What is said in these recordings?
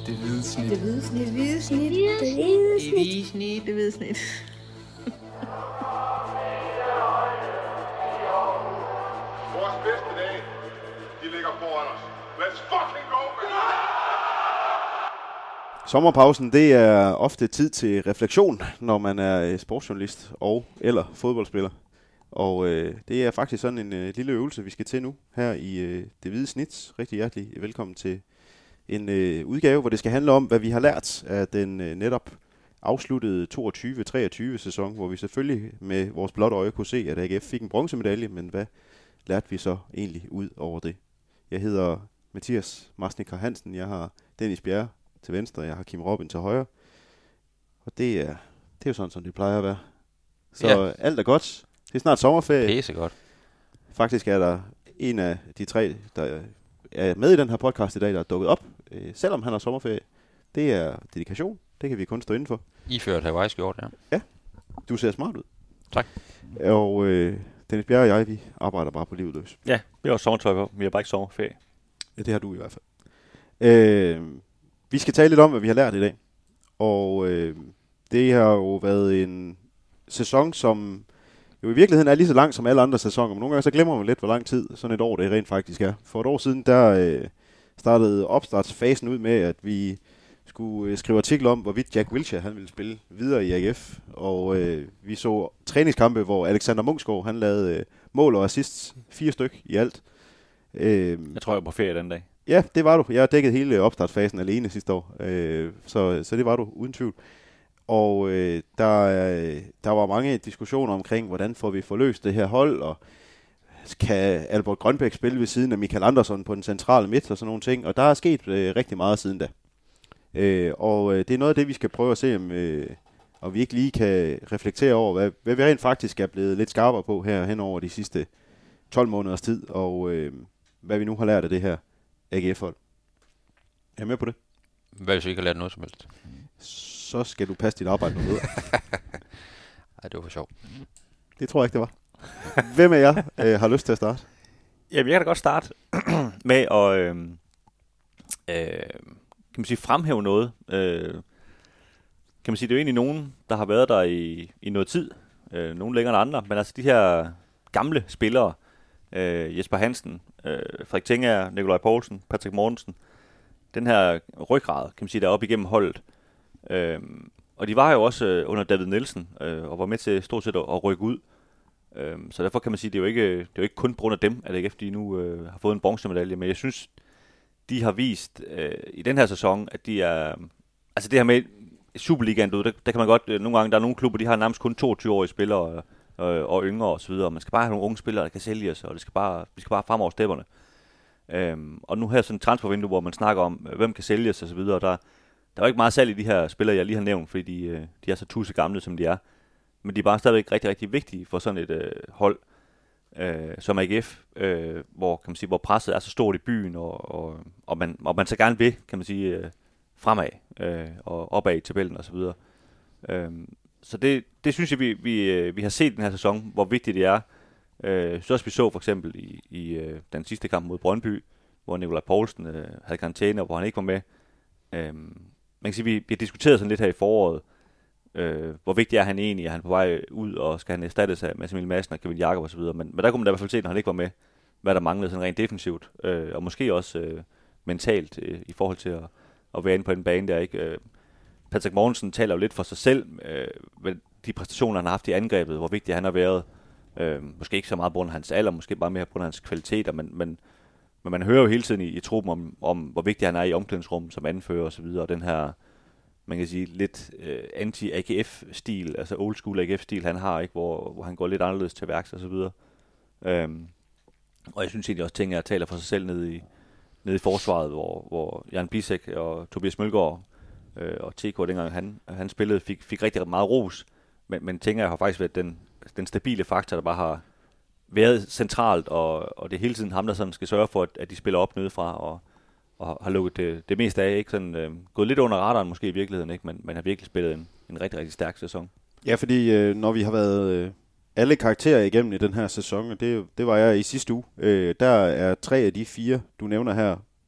Det hvide snit. Det hvide snit. Det hvide snit. Det hvide snit. Det hvide snit. Det hvide snit. Vores bedste dage, de ligger foran os. Let's fucking go, man! Sommerpausen, det er ofte tid til refleksion, når man er sportsjournalist og eller fodboldspiller. Og det er faktisk sådan en lille øvelse, vi skal til nu her i Det Hvide Snit. Rigtig hjertelig velkommen til en udgave, hvor det skal handle om, hvad vi har lært af den netop afsluttede 22-23 sæson, hvor vi selvfølgelig med vores blotte øje kunne se, at AGF fik en bronzemedalje, men hvad lærte vi så egentlig ud over det? Jeg hedder Mathias Marsnikker Hansen, jeg har Dennis Bjerre til venstre, jeg har Kim Robin til højre, og det er jo sådan, som det plejer at være. Så ja. Alt er godt. Det er snart sommerferie. Pæse godt. Faktisk er der en af de tre, der er med i den her podcast i dag, der er dukket op, selvom han har sommerferie. Det er dedikation. Det kan vi kun stå inden for. Iført Hawaii-skjort, ja. Ja, du ser smart ud. Tak. Og Dennis Bjerre og jeg, vi arbejder bare på livet løs. Ja, vi har også sommertøj på. Vi har bare ikke sommerferie. Ja, det har du i hvert fald. Vi skal tale lidt om, hvad vi har lært i dag. Og det har jo været en sæson, som jo i virkeligheden er lige så lang som alle andre sæsoner. Men nogle gange så glemmer man lidt, hvor lang tid sådan et år det rent faktisk er. For et år siden, der startede opstartsfasen ud med, at vi skulle skrive artikler om, hvorvidt Jack Wilshere han ville spille videre i AGF. Og vi så træningskampe, hvor Alexander Munksgaard han lavede mål og assist, 4 styk i alt. Jeg tror, jeg var på ferie den dag. Ja, det var du. Jeg dækkede hele opstartsfasen alene sidste år, så det var du, uden tvivl. Og der var mange diskussioner omkring, hvordan får vi forløst det her hold, og kan Albert Grønbæk spille ved siden af Michael Andersson på den centrale midt og sådan nogle ting. Og der er sket rigtig meget siden da. Og det er noget af det, vi skal prøve at se, om vi ikke lige kan reflektere over, hvad vi rent faktisk er blevet lidt skarpere på her hen over de sidste 12 måneders tid, og hvad vi nu har lært af det her AGF-hold. Er du med på det? Hvad hvis vi ikke har lært noget som helst? Så skal du passe dit arbejde noget videre. Ej, det var for sjov. Det tror jeg ikke, det var. Hvem af jer har lyst til at starte? Jamen, jeg kan da godt starte med at kan man sige, fremhæve noget. Kan man sige, det er jo egentlig nogen, der har været der i noget tid. Nogen længere end andre. Men altså de her gamle spillere, Jesper Hansen, Frederik Tengager, Nikolaj Poulsen, Patrick Mortensen, den her ryggrad, kan man sige, der er op igennem holdet. Og de var jo også under David Nielsen, og var med til stort set at rykke ud. Så derfor kan man sige, det er jo ikke kun på grund af dem, at AGF de nu har fået en bronzemedalje, men jeg synes, de har vist i den her sæson, at de er, altså det her med Superligaen, der kan man godt, nogle gange, der er nogle klubber, de har nærmest kun 22-årige spillere og yngre og så videre, og man skal bare have nogle unge spillere, der kan sælges, og vi skal bare frem over stepperne. Og nu her sådan et transfervindue, hvor man snakker om, hvem kan sælges og så videre, der er jo ikke meget salg i de her spillere, jeg lige har nævnt, fordi de er så tusse gamle, som de er. Men de er bare stadigvæk rigtig, rigtig vigtige for sådan et hold som AGF, hvor, kan man sige, hvor presset er så stort i byen, og man så gerne vil, kan man sige, fremad og opad i tabellen og så videre. Så det synes jeg, vi har set den her sæson, hvor vigtigt det er. Så også vi så for eksempel i den sidste kamp mod Brøndby, hvor Nikolaj Poulsen havde karantæne, og hvor han ikke var med. Man kan sige, vi har diskuteret sådan lidt her i foråret, hvor vigtig er han egentlig, er han på vej ud, og skal han erstattes af Mads Emil Madsen og Kevin Jakob og så videre. Men der kunne man da i hvert fald se, når han ikke var med, hvad der manglede sådan rent defensivt, og måske også mentalt i forhold til at være inde på en bane der, ikke. Patrick Mortensen taler jo lidt for sig selv, med de præstationer, han har haft i angrebet, hvor vigtig han har været. Måske ikke så meget på grund af hans alder, måske bare mere på grund af hans kvaliteter, men man hører jo hele tiden i truppen om hvor vigtig han er i omklædningsrummet som anfører og så videre, og den her, man kan sige, lidt anti-AGF-stil, altså old school AGF-stil, han har, ikke, hvor han går lidt anderledes til værks og så videre. Og jeg synes egentlig også, at jeg taler for sig selv nede i forsvaret, hvor Jan Bisek og Tobias Mølgaard og TK, dengang han spillede, fik rigtig meget ros, men Tengager har faktisk været den stabile faktor, der bare har været centralt, og det er hele tiden ham, der sådan skal sørge for, at de spiller op nedefra, og har lukket det meste af, ikke sådan gået lidt under radaren måske i virkeligheden, ikke, men har virkelig spillet en rigtig, rigtig stærk sæson. Ja, fordi når vi har været alle karakterer igennem i den her sæson, og det var jeg i sidste uge, der er 3 af de 4, du nævner her,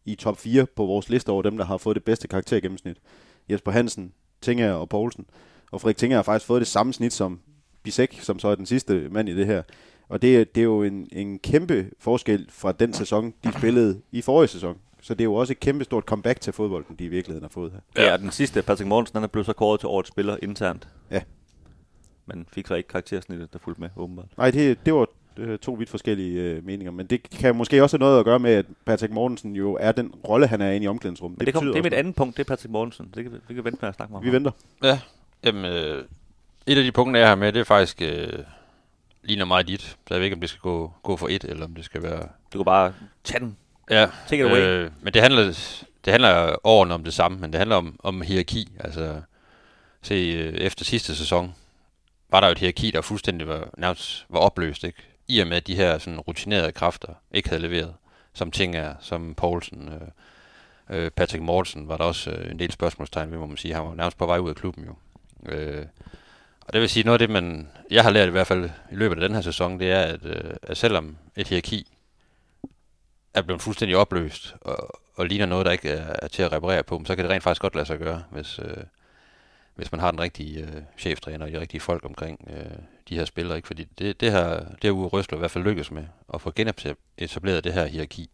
i top 4 på vores liste over dem, der har fået det bedste karaktergennemsnit. Jesper Hansen, Tinger og Poulsen. Og Frederik Tinger har faktisk fået det samme snit som Bisek, som så er den sidste mand i det her. Og det er jo en kæmpe forskel fra den sæson, de spillede i forrige sæson. Så det er jo også et kæmpe stort comeback til fodbolden, de i virkeligheden har fået her. Ja, den sidste, Patrick Mortensen, han er blevet så kåret til årets spiller internt. Ja. Men fik så ikke karaktersnittet, der fulgte med, åbenbart. Nej, det var to vidt forskellige meninger, men det kan måske også have noget at gøre med, at Patrick Mortensen jo er den rolle, han er inde i omklædningsrummet. Men det er mit andet punkt, det er Patrick Mortensen. Vi kan vente med at snakke med ham. Vi venter. Ja, jamen, et af de punkter, jeg har med, det er faktisk ligner meget dit. Så jeg ved ikke, om det skal gå for et, eller om det skal være... Du kan bare tage den. Ja, take it away. Men det handler overordnet om det samme, men det handler om hierarki. Altså, efter sidste sæson var der jo et hierarki, der fuldstændig nærmest var opløst, ikke? I og med, at de her sådan rutinerede kræfter ikke havde leveret, som Tinger, som Poulsen, Patrick Mortensen, var der også en del spørgsmålstegn ved, må man sige. Han var nærmest på vej ud af klubben jo. Og det vil sige, noget af det, jeg har lært i hvert fald i løbet af den her sæson, det er, at selvom et hierarki er blevet fuldstændig opløst, og ligner noget, der ikke er til at reparere på, så kan det rent faktisk godt lade sig gøre, hvis man har den rigtige cheftræner og de rigtige folk omkring de her spillere. Ikke? Fordi det har Uwe Røsler i hvert fald lykkes med at få genetableret det her hierarki.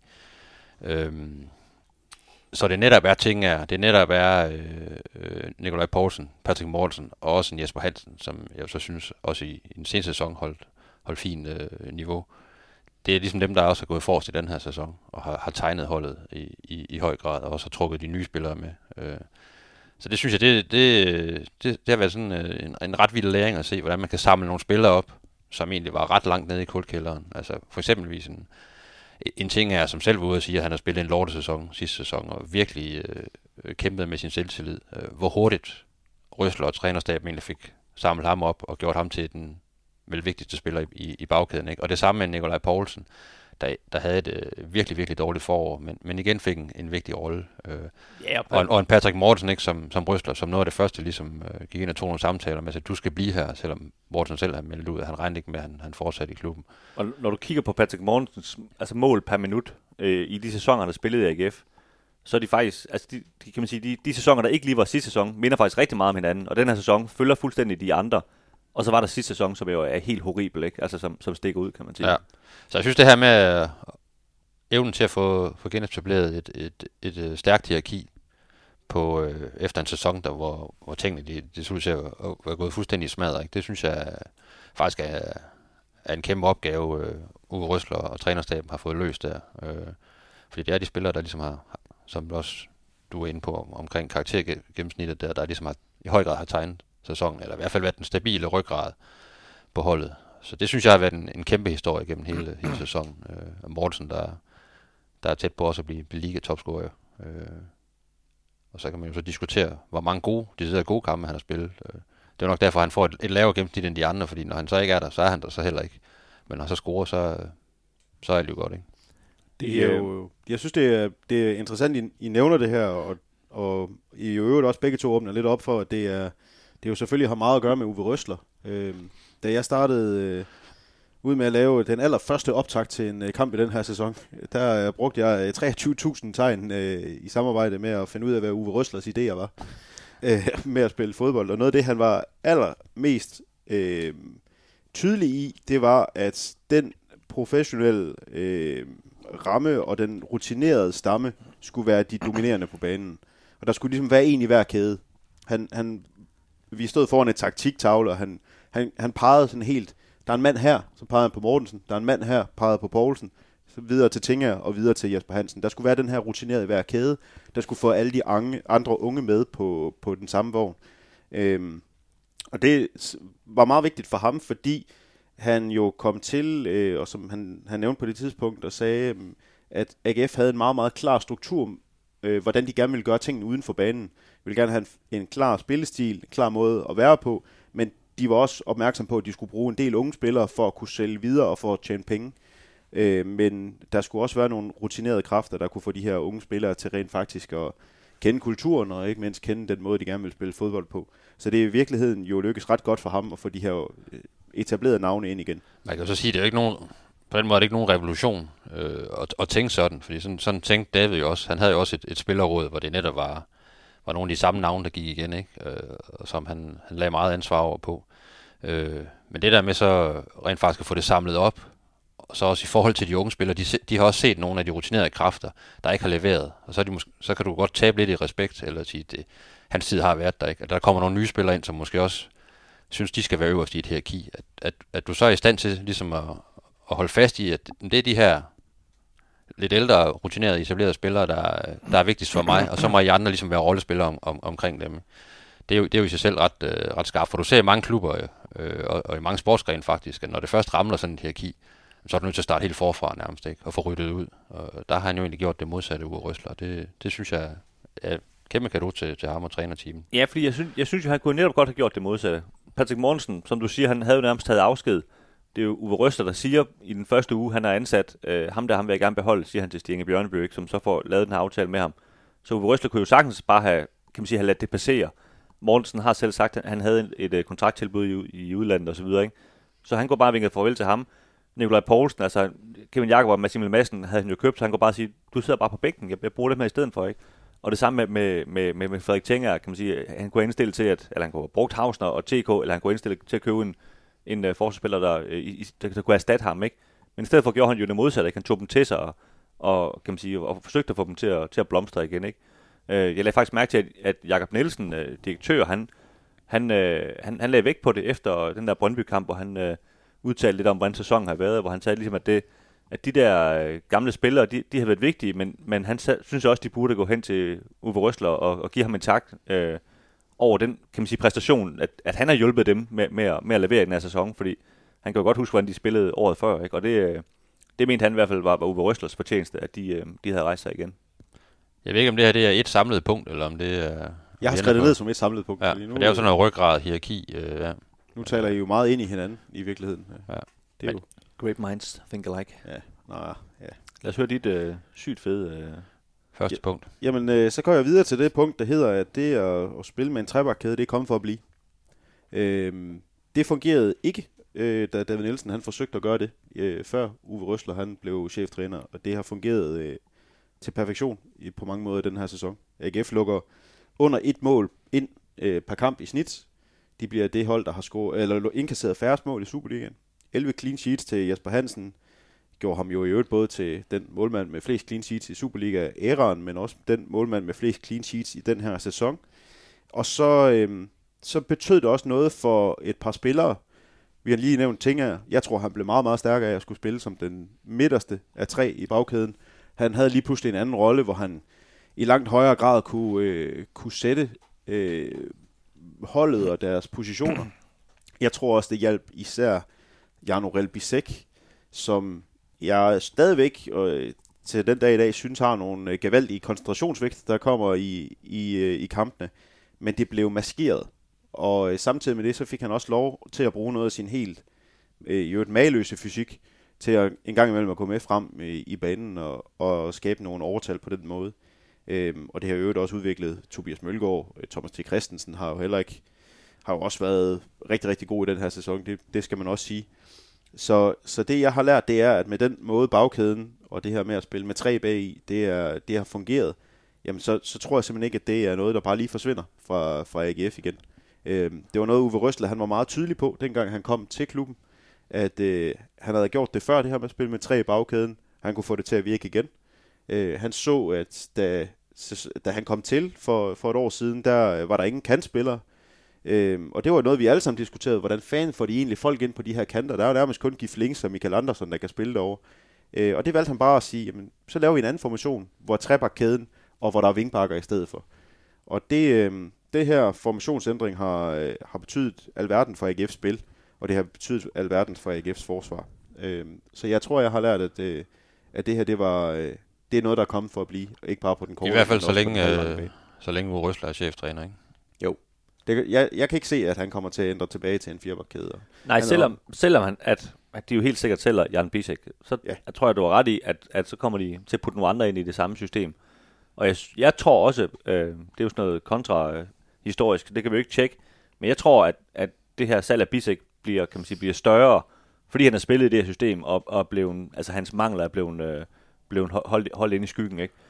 Så det netop er Tinger, det netop er Nikolaj Poulsen, Patrick Mortensen og også en Jesper Hansen, som jeg så synes også i en seneste sæson holdt fint niveau. Det er ligesom dem, der også har gået forrest i den her sæson, og har tegnet holdet i høj grad, og også har trukket de nye spillere med. Så det synes jeg, det har været sådan en ret vild læring at se, hvordan man kan samle nogle spillere op, som egentlig var ret langt nede i kultkælderen. Altså for eksempelvis en ting er, som selv var ude at sige, at han har spillet en lortesæson sidste sæson, og virkelig kæmpet med sin selvtillid. Hvor hurtigt Røsler og trænerstaben egentlig fik samlet ham op og gjort ham til den vel vigtigste spiller i bagkæden. Ikke? Og det samme med Nikolaj Poulsen, der havde et virkelig, virkelig dårligt forår, men igen fik en vigtig rolle. Og en Patrick Mortensen, ikke, som Røsler, som noget af det første ligesom gik ind og tog nogle samtaler med, at du skal blive her, selvom Mortensen selv har meldt ud, at han regnede ikke med, at han fortsatte i klubben. Og når du kigger på Patrick Mortensens mål per minut i de sæsoner, der spillede i AGF, så er de faktisk, altså kan man sige, de sæsoner, der ikke lige var sidste sæson, minder faktisk rigtig meget om hinanden, og den her sæson følger fuldstændig de andre. Og så var der sidste sæson, som jo er helt horribel, ikke? Altså som stikker ud, kan man sige. Ja. Så jeg synes det her med evnen til at få genetableret et stærkt hierarki på efter en sæson, der hvor tingene det så ud til at være gået fuldstændig smadret, ikke? Det synes jeg faktisk er en kæmpe opgave, Uwe Røsler og trænerstaben har fået løst der. Fordi det er de spillere, der ligesom har, som også du er inde på omkring karaktergennemsnittet der ligesom i høj grad har tegnet sæsonen, eller i hvert fald været den stabile ryggrad på holdet. Så det synes jeg har været en kæmpe historie gennem hele sæsonen. Mortensen, der er tæt på også at blive liga-topscorer. Og så kan man jo så diskutere, hvor mange gode kampe han har spillet. Det er nok derfor, han får et lavere gennemsnit end de andre, fordi når han så ikke er der, så er han der så heller ikke. Men når han så scorer, så er det jo godt, ikke? Det er jo, jeg synes, det er interessant, I nævner det her, og I øvrigt også begge to åbner lidt op for, at det jo selvfølgelig har meget at gøre med Uwe Røsler. Da jeg startede ud med at lave den allerførste optakt til en kamp i den her sæson, der brugte jeg 23.000 tegn i samarbejde med at finde ud af, hvad Uwe Røslers idéer var med at spille fodbold. Og noget af det, han var allermest tydelig i, det var, at den professionelle ramme og den rutinerede stamme skulle være de dominerende på banen. Og der skulle ligesom være en i hver kæde. Vi stod foran et taktiktavle, og han pegede sådan helt, der er en mand her, så pegede han på Mortensen, der er en mand her, pegede på Poulsen, så videre til Tinger og videre til Jesper Hansen. Der skulle være den her rutinerede i hver kæde, der skulle få alle de andre unge med på den samme vogn. Og det var meget vigtigt for ham, fordi han jo kom til, og som han nævnte på det tidspunkt, og sagde, at AGF havde en meget, meget klar struktur, hvordan de gerne ville gøre tingene uden for banen. De ville gerne have en klar spillestil, en klar måde at være på, men de var også opmærksom på, at de skulle bruge en del unge spillere for at kunne sælge videre og for at tjene penge. Men der skulle også være nogle rutinerede kræfter, der kunne få de her unge spillere til rent faktisk at kende kulturen, og ikke mindst kende den måde, de gerne vil spille fodbold på. Så det er i virkeligheden jo lykkes ret godt for ham at få de her etablerede navne ind igen. Man kan jo så sige, at det er jo ikke nogen på den måde er det ikke nogen revolution at tænke sådan, fordi sådan tænkte David jo også. Han havde jo også et spillerråd, hvor det netop var nogle af de samme navne, der gik igen, ikke? Som han lagde meget ansvar over på. Men det der med så rent faktisk at få det samlet op, og så også i forhold til de unge spillere, de har også set nogle af de rutinerede kræfter, der ikke har leveret, og så kan du godt tabe lidt i respekt, eller sige, at hans tid har været der, ikke? At der kommer nogle nye spillere ind, som måske også synes, de skal være øverst i et hierarki. At du så er i stand til ligesom at holde fast i, at det er de her lidt ældre, rutinerede, etablerede spillere, der er vigtigst for mig, og så må I andre ligesom være rollespillere omkring dem. Det er jo i sig selv ret skarpt, for du ser i mange klubber, og i mange sportsgrene faktisk, at når det først ramler sådan et hierarki, så er du nødt til at starte helt forfra nærmest, ikke? Og få ryddet ud. Og der har han jo egentlig gjort det modsatte Uwe Rösler. Det synes jeg er kæmpe cadeau til ham og trænerteamet. Ja, fordi jeg synes jo, han kunne netop godt have gjort det modsatte. Patrick Mortensen, som du siger, han havde jo nærmest taget afsked. Det er jo Uwe Rösler, der siger i den første uge, han har ansat, ham vil jeg gerne beholde, siger han til Stig Inge Bjørnebø, som så får lavet den her aftale med ham. Så Uwe Rösler kunne jo sagtens bare have ladt det passere. Mortensen har selv sagt, at han havde et kontrakttilbud i udlandet og så videre, ikke? Så han går bare og vinket farvel til ham. Nikolaj Poulsen, altså Kevin Jakob og Massimil Madsen havde han jo købt, så han kunne bare sige, du sidder bare på bænken, jeg bruger det med i stedet for, ikke? Og det samme med Frederik Tenger, kan man sige, han kunne indstille til, eller han kunne have brugt Hausner og TK, eller han kunne indstille til at købe en forsvarsspiller, der kunne erstatte ham, ikke? Men i stedet for gjorde han jo det modsatte, ikke? Han tog dem til sig og kan man sige, og forsøgte at få dem til at blomstre igen, ikke? Jeg lagde faktisk mærke til, at Jakob Nielsen, direktør, han lagde vægt på det efter den der Brøndby-kamp, hvor han udtalte lidt om, hvordan sæsonen har været, hvor han sagde ligesom, at de der gamle spillere, de har været vigtige, men han synes også, de burde gå hen til Uwe Rösler og give ham en tak over den, kan man sige, præstation, at han har hjulpet dem med at levere i den her sæson, fordi han kan jo godt huske, hvordan de spillede året før, ikke? Og det mente han i hvert fald var Uwe Röslers fortjeneste, at de havde rejst sig igen. Jeg ved ikke, om det her det er et samlet punkt, eller om det er... Jeg har skrevet det ned som et samlet punkt. Ja, for det er jo sådan noget ryggrad, hierarki. Ja. Nu taler I jo meget ind i hinanden i virkeligheden. Ja. Det er jo... Great minds think alike. Ja. Lad os høre dit sygt fede... Første punkt. Jamen, så går jeg videre til det punkt, der hedder, at det at spille med en trebakkæde, det er kommet for at blive. Det fungerede ikke, da David Nielsen han forsøgte at gøre det, før Uwe Rösler han blev cheftræner, og det har fungeret til perfektion på mange måder i den her sæson. AGF lukker under et mål ind per kamp i snit. De bliver det hold, der har indkasseret færrest mål i Superligaen. 11 clean sheets til Jesper Hansen. Gjorde ham jo i øvrigt både til den målmand med flest clean sheets i Superliga-æraen, men også den målmand med flest clean sheets i den her sæson. Og så betød det også noget for et par spillere. Vi har lige nævnt Tinger. Jeg tror, han blev meget, meget stærkere af at skulle spille som den midterste af tre i bagkæden. Han havde lige pludselig en anden rolle, hvor han i langt højere grad kunne sætte holdet og deres positioner. Jeg tror også, det hjalp især Jan Orel Bisek, som jeg stadigvæk til den dag i dag synes har nogle gevaldige koncentrationsvægt, der kommer i kampene. Men det blev maskeret. Og samtidig med det, så fik han også lov til at bruge noget af sin helt mageløse fysik til at en gang imellem at gå med frem i banen og skabe nogle overtal på den måde. Og det har jo også udviklet Tobias Mølgaard. Thomas T. Christensen har jo også været rigtig, rigtig god i den her sæson. Det skal man også sige. Så det, jeg har lært, det er, at med den måde bagkæden og det her med at spille med tre bag i, det har fungeret. Jamen, så tror jeg simpelthen ikke, at det er noget, der bare lige forsvinder fra AGF igen. Det var noget, Uwe Rösler, han var meget tydelig på, dengang han kom til klubben, at han havde gjort det før, det her med at spille med tre i bagkæden. Han kunne få det til at virke igen. Han så, at da han kom til for et år siden, der var der ingen kantspillere. Og det var noget, vi alle sammen diskuterede. Hvordan fanden får de egentlig folk ind på de her kanter? Der er jo nærmest kun Gif Links og Michael Andersen, der kan spille derovre. Og det valgte han bare at sige, jamen, så laver vi en anden formation, hvor trebakkæden, og hvor der er vingbakker i stedet for. Og det her formationsændring har betydet alverden for AGF's spil, og det har betydet alverden for AGF's forsvar. Så jeg tror, jeg har lært, at det her, det er noget, der er kommet for at blive, ikke bare på den korte. I hvert fald så længe Uwe Rösler er cheftræner, ikke? Jo. Jeg kan ikke se, at han kommer til at ændre tilbage til en firebakkæde. Nej, selvom han, at de jo helt sikkert sælger Jan Bisek, så jeg tror jeg, du har ret i, at så kommer de til at putte nogle andre ind i det samme system. Og jeg tror også, det er jo sådan noget kontrahistorisk, det kan vi jo ikke tjekke, men jeg tror, at det her salg af Bisek bliver større fordi han har spillet i det her system, og altså hans mangler er blevet holdt inde i skyggen, ikke?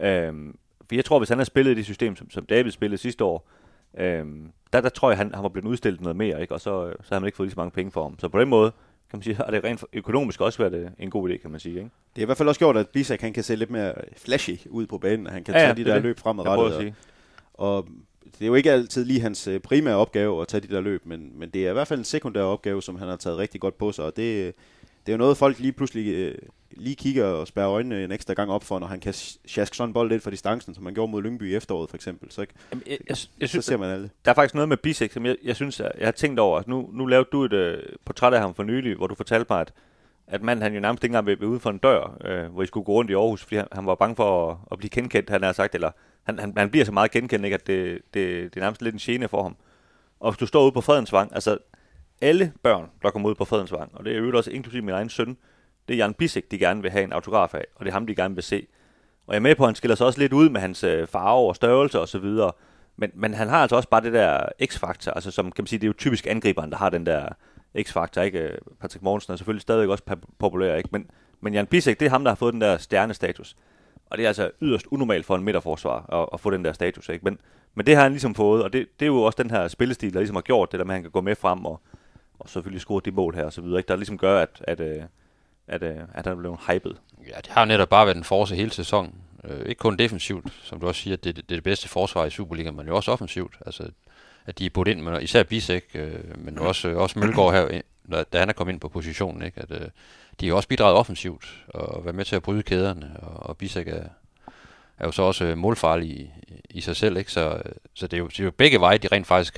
For jeg tror, hvis han har spillet i det system, som David spillede sidste år, der tror jeg, han var blevet udstillet noget mere, ikke? Og så har man ikke fået lige så mange penge for ham. Så på den måde, kan man sige, har det rent økonomisk også været en god idé, kan man sige, ikke? Det er i hvert fald også gjort, at Bisek, han kan se lidt mere flashy ud på banen, og han kan tage de der løb fremadrettet. Og det er jo ikke altid lige hans primære opgave at tage de der løb, men det er i hvert fald en sekundær opgave, som han har taget rigtig godt på sig, og det er jo noget, folk lige pludselig lige kigger og spærrer øjnene en ekstra gang op for, når han kan sjaske sådan en bold lidt fra distancen, som man gjorde mod Lyngby i efteråret for eksempel. Så, jeg synes, så ser man alle. Der er faktisk noget med Bisek, som jeg synes, jeg har tænkt over. Altså nu lavede du et portræt af ham for nylig, hvor du fortalte mig, at manden han jo nærmest ikke engang vil ude for en dør, hvor I skulle gå rundt i Aarhus, fordi han var bange for at blive genkendt, han har sagt, eller han bliver så meget genkendt, ikke, at det er nærmest lidt en gene for ham. Og hvis du står ude på Fredensvang, altså alle børn, der kommer ud på Fredensvang, og det er jo også inklusive min egen søn, det er Jan Bisek, de gerne vil have en autograf af, og det er ham, de gerne vil se. Og jeg er med på, at han skiller sig også lidt ud med hans farve og størrelse og så videre, men han har altså også bare det der X-faktor, altså som kan man sige, det er jo typisk angriberen, der har den der X-faktor, ikke? Patrick Mortensen er selvfølgelig stadig også populær, ikke? Men Jan Bisek, det er ham, der har fået den der stjernestatus. Og det er altså yderst unormalt for en midterforsvar at få den der status, ikke? Men det har han ligesom fået, og det er jo også den her spillestil, der ligesom har gjort det, der med, at han kan gå med frem og selvfølgelig score de mål her og så videre, ikke? Der ligesom gør, at han er blevet hyped. Ja, det har netop bare været en force hele sæsonen. Ikke kun defensivt, som du også siger, det er det bedste forsvar i Superligaen, men jo også offensivt. Altså, at de er budt ind med især Bisek, men også Mølgaard her, da han er kommet ind på positionen, ikke? At de har også bidraget offensivt og været med til at bryde kæderne, og Bisek er jo så også målfarlig i sig selv, ikke? Så det er jo begge veje, de rent faktisk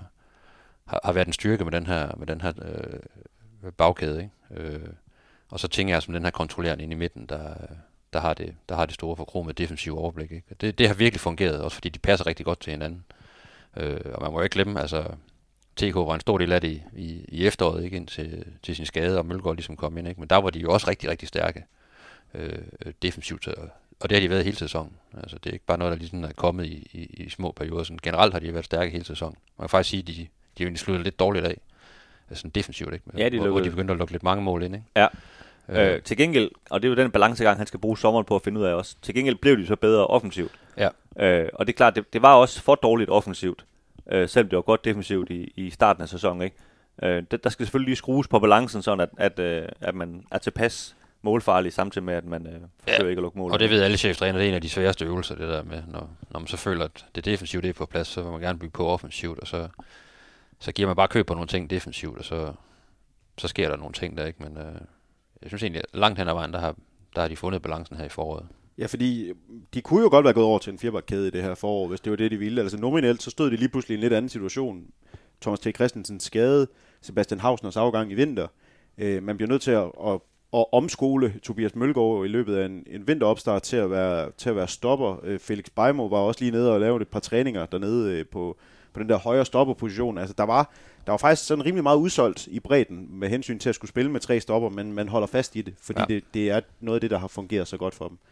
har været en styrke med den her bagkæde, ikke? Og så tænker jeg som den her kontrollerende inde i midten, der har det store forkromede defensive overblik, ikke? Det har virkelig fungeret, også fordi de passer rigtig godt til hinanden. Og man må jo ikke glemme, altså TK var en stor del af det i efteråret, ikke, ind til sin skade, og Mølgaard ligesom kom ind, ikke? Men der var de jo også rigtig, rigtig stærke defensivt, og det har de været hele sæsonen. Altså det er ikke bare noget, der ligesom er kommet i små perioder. Sådan, generelt har de været stærke hele sæsonen. Man kan faktisk sige, at de har egentlig sluttet lidt dårligt af, sådan defensivt, ikke? Ja, hvor de begyndte at lukke lidt mange mål ind, ikke? Ja. Til gengæld, og det er jo den balancegang, han skal bruge sommeren på at finde ud af også, til gengæld blev de så bedre offensivt. Ja. Og det er klart, det var også for dårligt offensivt, selvom det var godt defensivt i starten af sæsonen, ikke? Der skal selvfølgelig lige skrues på balancen, sådan at man er tilpas målfarlig, samtidig med, at man forsøger ikke at lukke mål. Og det ved alle cheftræner, det er en af de sværeste øvelser, det der med, når man så føler, at det defensive det er på plads, så vil man gerne bygge på offensivt, og så giver man bare køb på nogle ting defensivt, og så sker der nogle ting der, ikke? Men jeg synes egentlig, at langt hen ad vejen, der har de fundet balancen her i foråret. Ja, fordi de kunne jo godt være gået over til en firebakkæde i det her forår, hvis det var det, de ville. Altså nominelt, så stod de lige pludselig i en lidt anden situation. Thomas T. Christensens skade, Sebastian Hausners afgang i vinter. Man bliver nødt til at omskole Tobias Mølgaard i løbet af en vinteropstart til at være stopper. Felix Beimo var også lige nede og lavede et par træninger dernede på den der højre stopperposition. Altså der var faktisk sådan rimelig meget udsolgt i bredden med hensyn til at skulle spille med 3 stopper, men man holder fast i det, fordi det er noget af det, der har fungeret så godt for dem.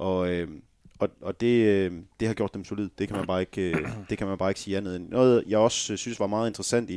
Og det har gjort dem solid. Det kan man bare ikke sige andet end. Noget jeg også synes var meget interessant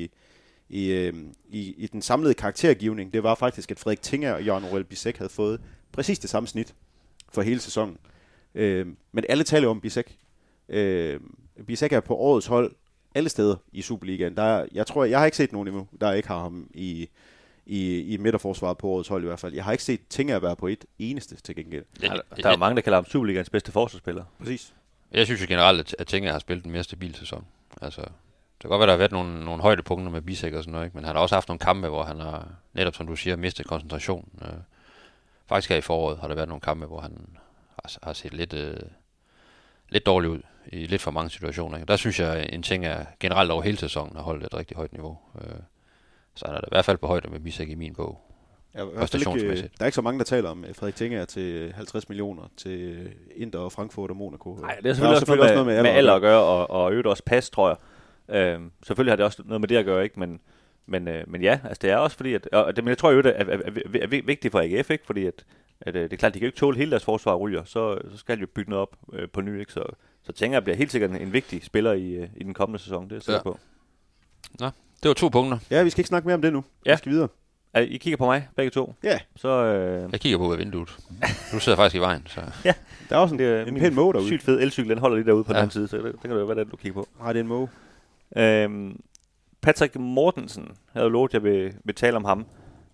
i den samlede karaktergivning, det var faktisk, at Frederik Tinger og Jørgen Orel Bisek havde fået præcis det samme snit for hele sæsonen. Men alle taler om Bisek. Bisek er på årets hold alle steder i Superligaen. Jeg har ikke set nogen endnu, der ikke har ham i midterforsvaret på årets hold i hvert fald. Jeg har ikke set Tinger være på et eneste til gengæld. Der er jo mange, der kalder ham Superligaens bedste forsvarsspiller. Præcis. Jeg synes jo generelt, at Tinger har spillet en mere stabil sæson. Altså, det kan godt være, der har været nogle højdepunkter med Bisek og sådan noget, ikke? Men han har også haft nogle kampe, hvor han har, netop som du siger, mistet koncentration. Faktisk her i foråret har der været nogle kampe, hvor han har set lidt dårligt ud i lidt for mange situationer, ikke? Der synes jeg, at en ting er generelt over hele sæsonen har holdt et rigtig højt niveau. Så han er i hvert fald på højde med Bisek i min bog. Ja, der er ikke så mange, der taler om Frederik Tinger til 50 millioner til Inter og Frankfurt og Monaco. Nej, det er selvfølgelig også noget med alder at gøre, og øvrigt også pas, tror jeg. Selvfølgelig har det også noget med det at gøre, ikke? Men ja, altså det er også fordi, men jeg tror jo, det er vigtigt for AGF, ikke? Fordi at det er klart, de kan jo ikke tåle hele deres forsvar ryger, så skal de jo bygge noget op på ny, ikke? Så Tinger bliver helt sikkert en vigtig spiller i den kommende sæson, det er jeg sikker på. Nå, det var 2 punkter. Ja, vi skal ikke snakke mere om det nu. Ja. Vi skal videre. I kigger på mig, begge to? Ja. Så, Jeg kigger på ud af vinduet. Du sidder faktisk i vejen, så... Ja. Der er også en pæn måge derude. Sygt fed elcykel, den holder lige derude på den anden side, så det kan det være, det du kigger på. Nej, det er en måge. Patrick Mortensen havde jo lovet, at jeg vil tale om ham.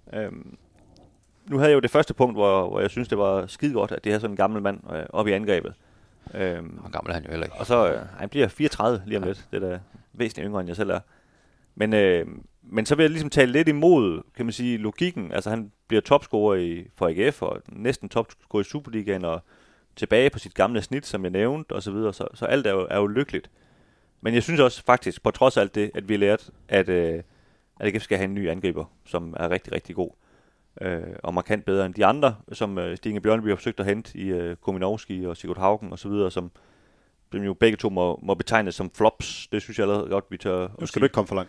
Nu havde jeg jo det første punkt, hvor jeg synes det var skide godt, at det her sådan en gammel mand oppe i angrebet. Hvor gammel er han jo heller ikke. Og så, han bliver 34 lige om lidt. Det er da væsentligt yngre, end jeg selv er. Men så vil jeg ligesom tale lidt imod, kan man sige, logikken. Altså han bliver topscorer for AGF, og næsten topscorer i Superligaen, og tilbage på sit gamle snit, som jeg nævnte, og så videre. Så alt er jo lykkeligt. Men jeg synes også faktisk, på trods af alt det, at vi har lært, at AGF skal have en ny angriber, som er rigtig, rigtig god. Og markant bedre end de andre, som Stine Bjørneby har forsøgt at hente i Kominowski og Sigurd Haugen og så videre, som jo begge to må betegnes som flops. Det synes jeg allerede godt, vi tør. Nu skal du ikke komme for langt.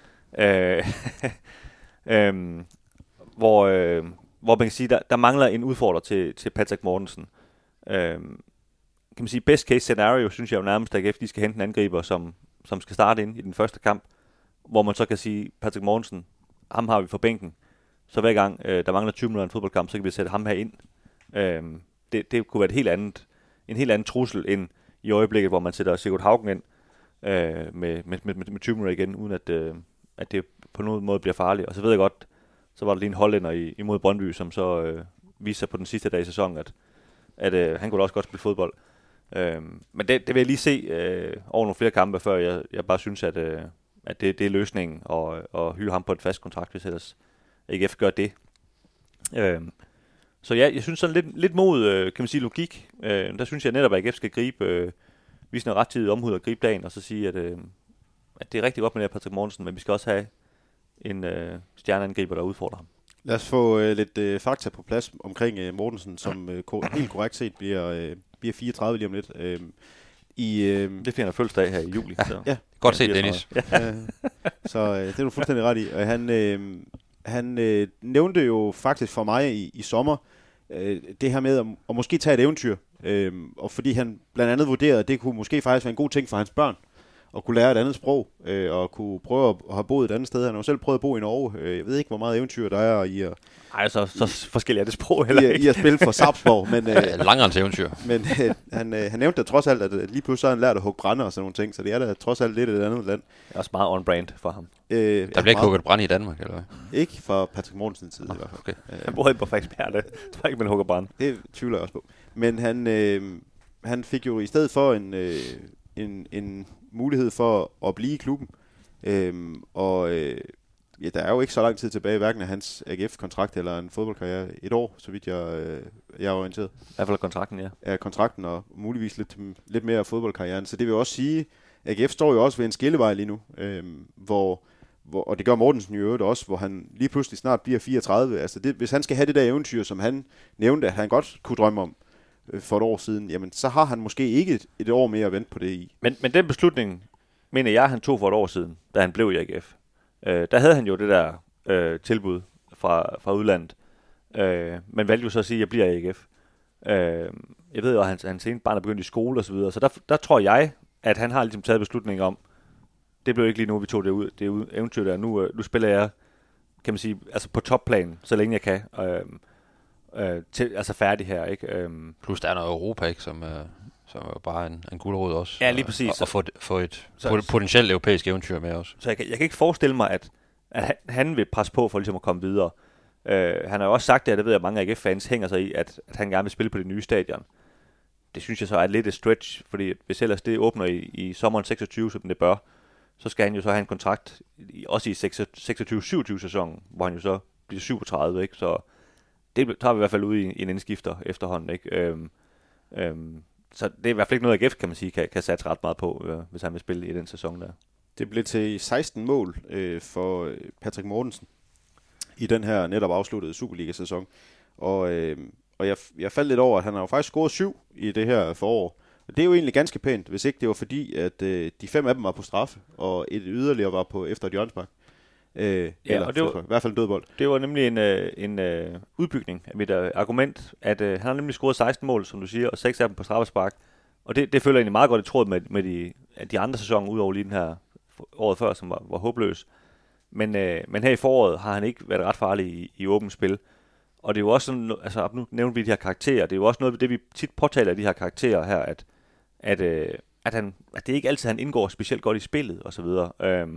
Hvor man kan sige, der mangler en udfordrer til Patrick Mortensen. Kan man sige, best case scenario, synes jeg jo nærmest, at AGF de skal hente en angriber, som skal starte ind i den første kamp, hvor man så kan sige, Patrick Mortensen, ham har vi for bænken. Så hver gang der mangler 20 minutter i en fodboldkamp, så kan vi sætte ham her ind. Det kunne være en helt anden trussel end i øjeblikket, hvor man sætter Sigurd Haugen ind med 20 minutter igen, uden at det på nogen måde bliver farligt. Og så ved jeg godt, så var der lige en hollænder imod Brøndby, som så viste sig på den sidste dag i sæsonen, at han kunne også godt spille fodbold. Men det vil jeg lige se over nogle flere kampe, før jeg bare synes, at det er løsningen at hyre ham på et fast kontrakt, hvis ellers AGF gør det. Så ja, jeg synes sådan lidt mod, kan man sige, logik. Der synes jeg netop, at AGF skal vise noget rettidig omhud og gribe dagen, og så sige, at det er rigtig godt med det her Patrick Mortensen, men vi skal også have en stjerneangriber, der udfordrer ham. Lad os få lidt fakta på plads omkring Mortensen, som helt korrekt set bliver 34 lige om lidt. Det finder fødselsdag her i juli. Ja, så. Ja. Godt set, Dennis. Så det er du fuldstændig ret i. Og han nævnte jo faktisk for mig i sommer, det her med at måske tage et eventyr. Og fordi han blandt andet vurderede, at det kunne måske faktisk være en god ting for hans børn, at kunne lære et andet sprog, og kunne prøve at have boet et andet sted. Han har jo selv prøvet at bo i Norge. Jeg ved ikke, hvor meget eventyr der er i at... Ej, så forskelligt er det sprog heller ikke. I at spille for Sarpsborg. Men, Langerens eventyr. Men han nævnte da trods alt, at lige pludselig har han lært at hugge brænde og sådan nogle ting, så det er da trods alt lidt et andet land. Det er også meget on-brand for ham. Der bliver ikke hugget brænde i Danmark, eller hvad? Ikke fra Patrick Mortensens side i hvert fald. Okay. Han bor ikke på Frederiksberg, det tror jeg ikke, man hugger brænde. Det tvivler jeg også på. Men han fik jo i stedet for en mulighed for at blive i klubben. Ja, der er jo ikke så lang tid tilbage, hverken af hans AGF-kontrakt eller en fodboldkarriere. Et år, så vidt jeg er orienteret. I hvert fald kontrakten, ja. Ja, kontrakten og muligvis lidt mere af fodboldkarrieren. Så det vil også sige, at AGF står jo også ved en skillevej lige nu, og det gør Mortensen jo øvrigt også, hvor han lige pludselig snart bliver 34. Altså hvis han skal have det der eventyr, som han nævnte, at han godt kunne drømme om for et år siden, jamen så har han måske ikke et år mere at vente på det i. Men den beslutning, mener jeg, han tog for et år siden, da han blev i AGF. Der havde han jo det der tilbud fra udlandet, men valgte jo så at sige, at jeg bliver i AGF. Jeg ved jo, at hans ene barn er begyndt i skole og så videre, så der tror jeg, at han har ligesom taget beslutningen om, det blev ikke lige nu, vi tog det eventyr der. Nu spiller jeg, kan man sige, altså på topplan, så længe jeg kan. Altså færdig her, ikke? Plus der er noget Europa, ikke, som er jo bare en gulerod også. Ja, lige præcis. Og få et potentielt europæisk eventyr med også. Så jeg kan ikke forestille mig, at han vil presse på for ligesom at komme videre. Han har jo også sagt det ved jeg, at mange AGF-fans hænger sig i, at han gerne vil spille på det nye stadion. Det synes jeg så er lidt et stretch, fordi hvis ellers det åbner i sommeren 26, som det bør, så skal han jo så have en kontrakt, også i 26-27 sæsonen, hvor han jo så bliver 37, ikke? Så det tager vi i hvert fald ud i en indskifter efterhånden, ikke? Så det er i hvert fald ikke noget, AGF, kan man sige, kan satse ret meget på, hvis han vil spille i den sæson der. Det blev til 16 mål for Patrick Mortensen i den her netop afsluttede Superliga-sæson. Og jeg faldt lidt over, at han har jo faktisk scoret 7 i det her forår. Det er jo egentlig ganske pænt, hvis ikke det var fordi, at de 5 af dem var på straffe, og et yderligere var på efter et hjørnespark. Eller, og det var, i hvert fald en dødbold. Det var nemlig en udbygning af mit argument, at han har nemlig scoret 16 mål, som du siger, og 6 af dem på straffespark. Og det føler jeg egentlig meget godt i tråd med de andre sæsoner, udover lige den her året før, som var håbløs. Men her i foråret har han ikke været ret farlig i åbent spil. Og det er jo også sådan, altså nu nævner vi de her karakterer, det er jo også noget af det, vi tit påtaler af de her karakterer her, at det er ikke altid, han indgår specielt godt i spillet, og så videre.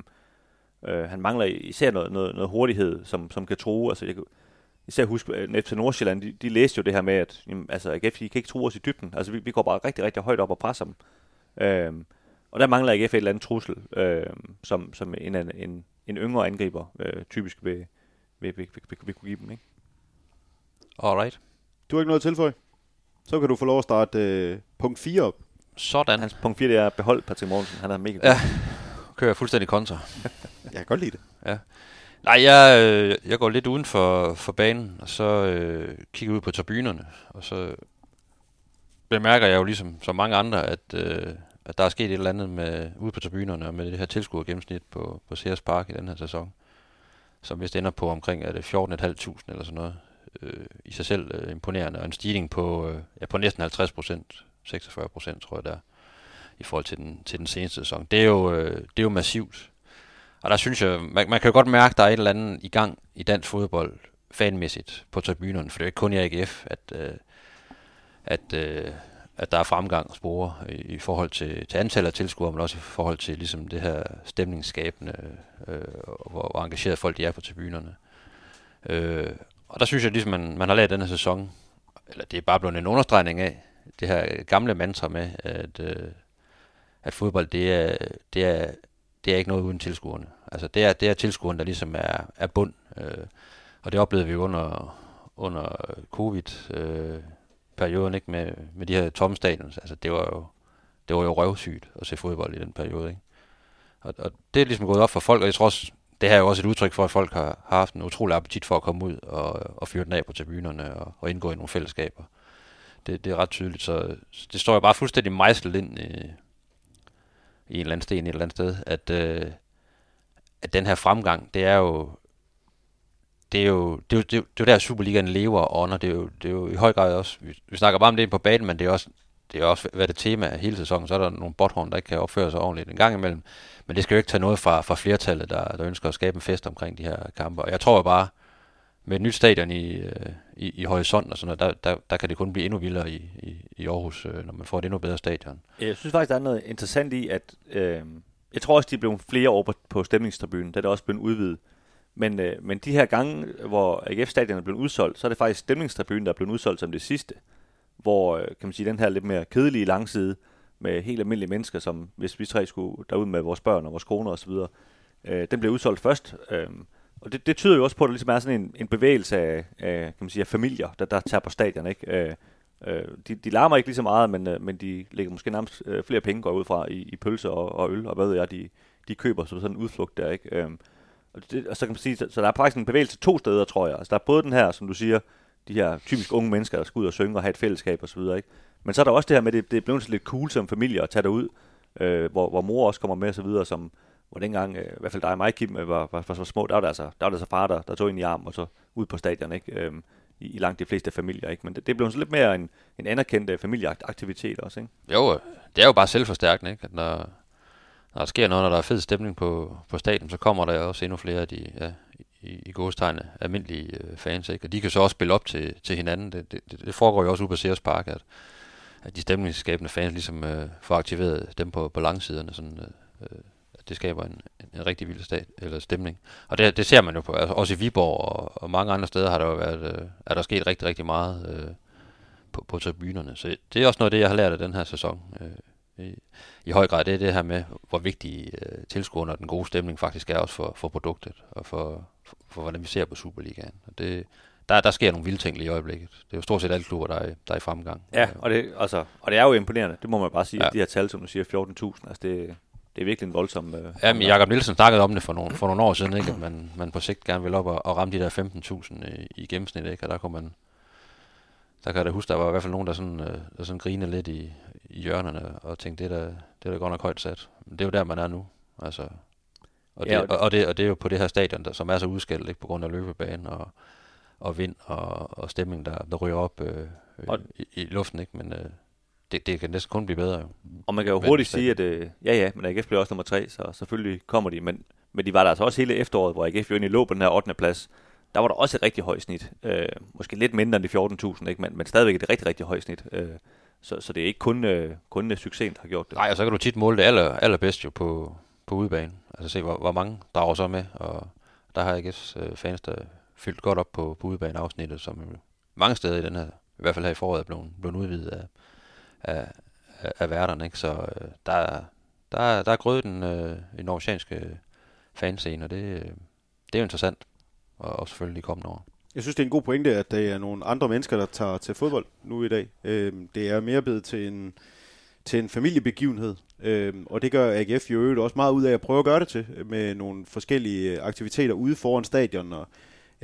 Han mangler især noget hurtighed, som kan true. Altså, jeg kan især huske, at FC Nordsjælland, de læste jo det her med, at altså, AGF, de kan ikke true os i dybden. Altså, vi går bare rigtig, rigtig højt op og presser dem. Og der mangler AGF et eller andet trussel, som en yngre angriber typisk vil kunne give dem, ikke? Alright. Du har ikke noget at tilføje? Så kan du få lov at starte punkt 4 op. Sådan. Hans punkt 4, det er at beholde Patrick Mortensen. Han er mega god. Ja, kører fuldstændig kontra. Jeg kan godt lide det. Ja. Nej, jeg går lidt uden for banen, og så kigger ud på tribunerne, og så bemærker jeg jo ligesom som mange andre, at der er sket et eller andet ude på tribunerne, og med det her tilskuergennemsnit på Sears Park i den her sæson, som vist ender på omkring 14.500 eller sådan noget. I sig selv imponerende, og en stigning på næsten 50%, 46% tror jeg der, i forhold til den seneste sæson. Det er jo massivt. Og der synes jeg, man kan jo godt mærke, at der er et eller andet i gang i dansk fodbold, fanmæssigt, på tribunerne, for det er jo ikke kun i AGF, at der er fremgang spore i forhold til antallet af tilskuere, men også i forhold til ligesom det her stemningsskabende, hvor engageret folk de er på tribunerne. Og der synes jeg ligesom, man har lavet denne sæson, eller det er bare blevet en understregning af, det her gamle mantra med, at fodbold, det er ikke noget uden tilskuerne. Altså det er tilskuerne, der ligesom er bund. Og det oplevede vi jo under covid-perioden, ikke, med de her tomme stadions. Altså det var jo røvsygt at se fodbold i den periode, ikke? Og det er ligesom gået op for folk, og jeg tror også, det her er jo også et udtryk for, at folk har haft en utrolig appetit for at komme ud og fyre den af på tribunerne og indgå i nogle fællesskaber. Det er ret tydeligt, så det står jo bare fuldstændig mejslet ind i en eller anden sten, et eller andet sted, at den her fremgang, det er jo der Superligaen lever og ånder. Det er jo i høj grad også, vi snakker bare om det på banen, men det er også været det tema af hele sæsonen. Så er der nogle botthorn, der ikke kan opføre sig ordentligt en gang imellem, men det skal jo ikke tage noget fra flertallet, der ønsker at skabe en fest omkring de her kampe. Og jeg tror bare, med et nyt stadion i horisonten og sådan noget, der kan det kun blive endnu vildere i Aarhus, når man får et endnu bedre stadion. Jeg synes faktisk, der er noget interessant i, at jeg tror også, de er blevet flere år på stemningstribunen, der er også blevet udvidet. Men de her gange, hvor AGF-stadion er blevet udsolgt, så er det faktisk stemningstribunen, der er blevet udsolgt som det sidste. Hvor, kan man sige, den her lidt mere kedelige langside med helt almindelige mennesker, som hvis vi tre skulle derud med vores børn og vores koner osv., den bliver udsolgt først. Og det tyder jo også på, at der ligesom er sådan en bevægelse af kan man sige, af familier, der tager på stadion, ikke? De larmer ikke lige så meget, men de lægger måske nærmest flere penge, går ud fra, i pølser og øl, og hvad ved jeg, de køber sådan en udflugt der, ikke? Og så kan man sige, så der er faktisk en bevægelse 2 steder, tror jeg. Altså der er både den her, som du siger, de her typisk unge mennesker, der skal ud og synge og have et fællesskab osv., ikke? Men så er der også det her med, det er blevet lidt cool som familie at tage derud, hvor mor også kommer med og så videre, hvor dengang, i hvert fald dig og mig, Kim, var små, der var det altså far, der tog ind i armen og så ud på stadion, ikke? I langt de fleste familier, ikke? Men det blev så lidt mere en anerkendt familieaktivitet også, ikke? Jo, det er jo bare selvforstærkende, ikke? At når der sker noget, når der er fed stemning på stadion, så kommer der også endnu flere af de i gåstegne almindelige fans, ikke? Og de kan så også spille op til hinanden. Det foregår jo også ude på Sears Park, at de stemningsskabende fans ligesom får aktiveret dem på langsiderne, sådan at det skaber en rigtig vild stemning. Og det ser man jo på, altså også i Viborg og mange andre steder har der jo været, er der sket rigtig, rigtig meget på tribunerne. Så det er også noget af det, jeg har lært af den her sæson. I høj grad, det er det her med, hvor vigtig tilskuerne og den gode stemning faktisk er også for produktet, og for hvordan vi ser på Superligaen. Og der sker nogle vilde ting lige i øjeblikket. Det er jo stort set alle klubber, der er i fremgang. Ja, og det er jo imponerende. Det må man bare sige, ja. De her tal, som du siger, 14.000, altså det er virkelig en voldsom... men Jakob Nielsen snakkede om det for nogle år siden, ikke? At man på sigt gerne vil op og ramme de der 15.000 i gennemsnit, ikke? Og der kan jeg da huske, der var i hvert fald nogen, der sådan grinede lidt i hjørnerne og tænkte, det er da godt nok højt sat. Men det er jo der, man er nu. Altså, og det er jo på det her stadion, som er så udskældt, ikke? På grund af løbebane og vind og stemning, der ryger op i luften, ikke? Men det kan næsten kun blive bedre. Jo. Og man kan jo hurtigt sige, at men AGF bliver også nummer 3, så selvfølgelig kommer de. Men Men de var der altså også hele efteråret, hvor AGF jo egentlig lå på den her 8. plads. Der var der også et rigtig højt snit. Måske lidt mindre end de 14.000, ikke? Men stadigvæk et rigtig, rigtig højt snit. Så det er ikke kun succesen, der har gjort det. Nej, og så kan du tit måle det allerbedst jo på udebane. Altså se, hvor mange drager så med. Og der har AGF's fans, der fyldt godt op på udebaneafsnittet, som mange steder i den her, i hvert fald her i foråret, er blevet udvidet af værterne. Ikke? Så der er grødet en oceanske fanscene, og det er jo interessant. Og selvfølgelig de kommende år. Jeg synes, det er en god pointe, at der er nogle andre mennesker, der tager til fodbold nu i dag. Det er mere blevet til en familiebegivenhed, og det gør AGF jo også meget ud af at prøve at gøre det til, med nogle forskellige aktiviteter ude foran stadion. Og,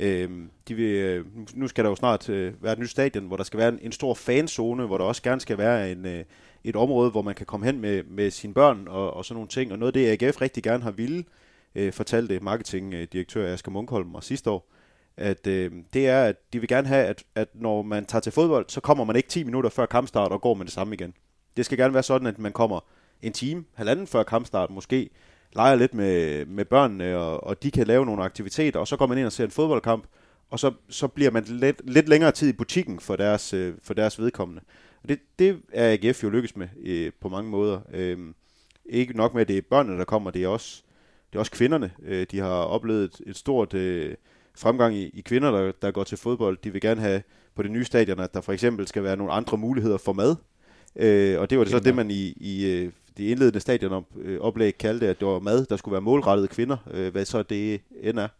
nu skal der jo snart være et nyt stadion, hvor der skal være en stor fanzone, hvor der også gerne skal være et område, hvor man kan komme hen med sine børn og sådan nogle ting. Og noget af det, AGF rigtig gerne har ville, fortalte marketingdirektør Asger Munkholm og sidste år, at det er, at de vil gerne have, at når man tager til fodbold, så kommer man ikke 10 minutter før kampstart og går med det samme igen. Det skal gerne være sådan, at man kommer en time, halvanden før kampstart, måske leger lidt med børnene, og de kan lave nogle aktiviteter, og så går man ind og ser en fodboldkamp, og så bliver man lidt længere tid i butikken for deres vedkommende. Og det er AGF jo lykkes med på mange måder. Ikke nok med, at det er børnene, der kommer, det er også kvinderne. De har oplevet et stort fremgang i kvinder, der går til fodbold. De vil gerne have på det nye stadion, at der for eksempel skal være nogle andre muligheder for mad. Og det var det så det, man i det indledende stadionoplæg kaldte, at det var mad, der skulle være målrettet kvinder. Hvad så det end er.